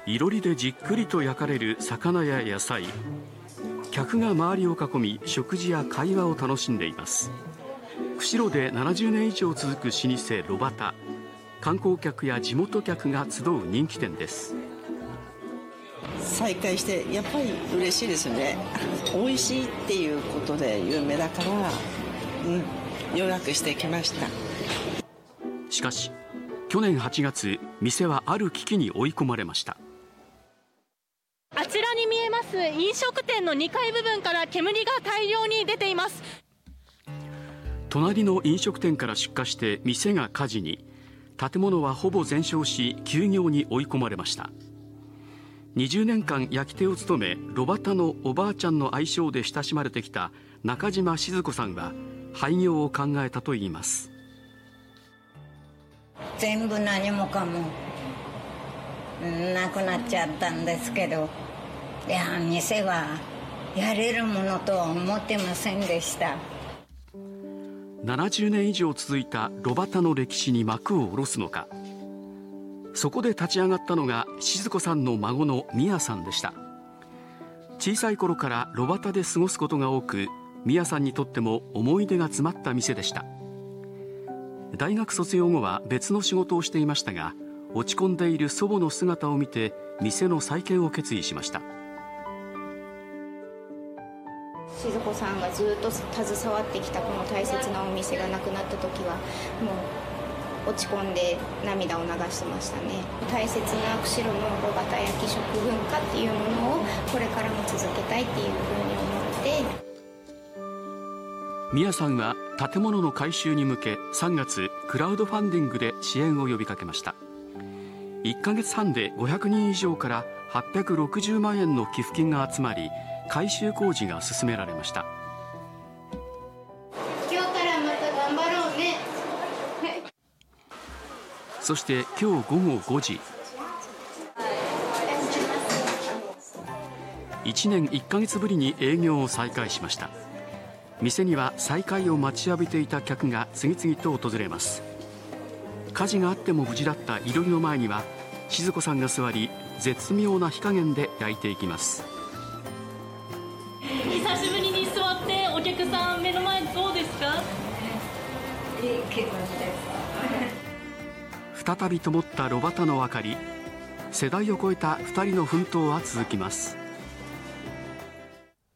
いろりでじっくりと焼かれる魚や野菜。客が周りを囲み、食事や会話を楽しんでいます。釧路で70年以上続く老舗炉端。観光客や地元客が集う人気店です。 再開してやっぱり嬉しいですね。美味しいっていうことで有名だから、予約してきました。 しかし去年8月、店はある危機に追い込まれました。 あちらに見えます飲食店の2階部分から煙が大量に出ています。 隣の飲食店から出火して店が火事に。建物はほぼ全焼し、休業に追い込まれました。20年間焼き手を務め、炉端のおばあちゃんの愛称で親しまれてきた中島静子さんは廃業を考えたといいます。 全部何もかもなくなっちゃったんですけど、いや、店はやれるものとは思ってませんでした。 70年以上続いた炉端の歴史に幕を下ろすのか。そこで立ち上がったのが静子さんの孫の美也さんでした。小さい頃から炉端で過ごすことが多く、美也さんにとっても思い出が詰まった店でした。大学卒業後は別の仕事をしていましたが、落ち込んでいる祖母の姿を見て店の再建を決意しました。 静子さんがずっと携わってきたこの大切なお店がなくなった時はもう落ち込んで涙を流してましたね。大切な釧路の炉端焼き食文化っていうものをこれからも続けたいっていうふうに思って。 美也さんは建物の改修に向け3月クラウドファンディングで支援を呼びかけました。1ヶ月半で500人以上から860万円の寄付金が集まり、改修工事が進められました。 今日からまた頑張ろうね。 そして今日午後5時、1年1ヶ月ぶりに営業を再開しました。店には再開を待ちわびていた客が次々と訪れます。火事があっても無事だったいろりの前には静子さんが座り、絶妙な火加減で焼いていきます。 久しぶりに座ってお客さん目の前どうですか？ いい気分です。 再び灯った炉端の明かり。世代を超えた2人の奮闘は続きます。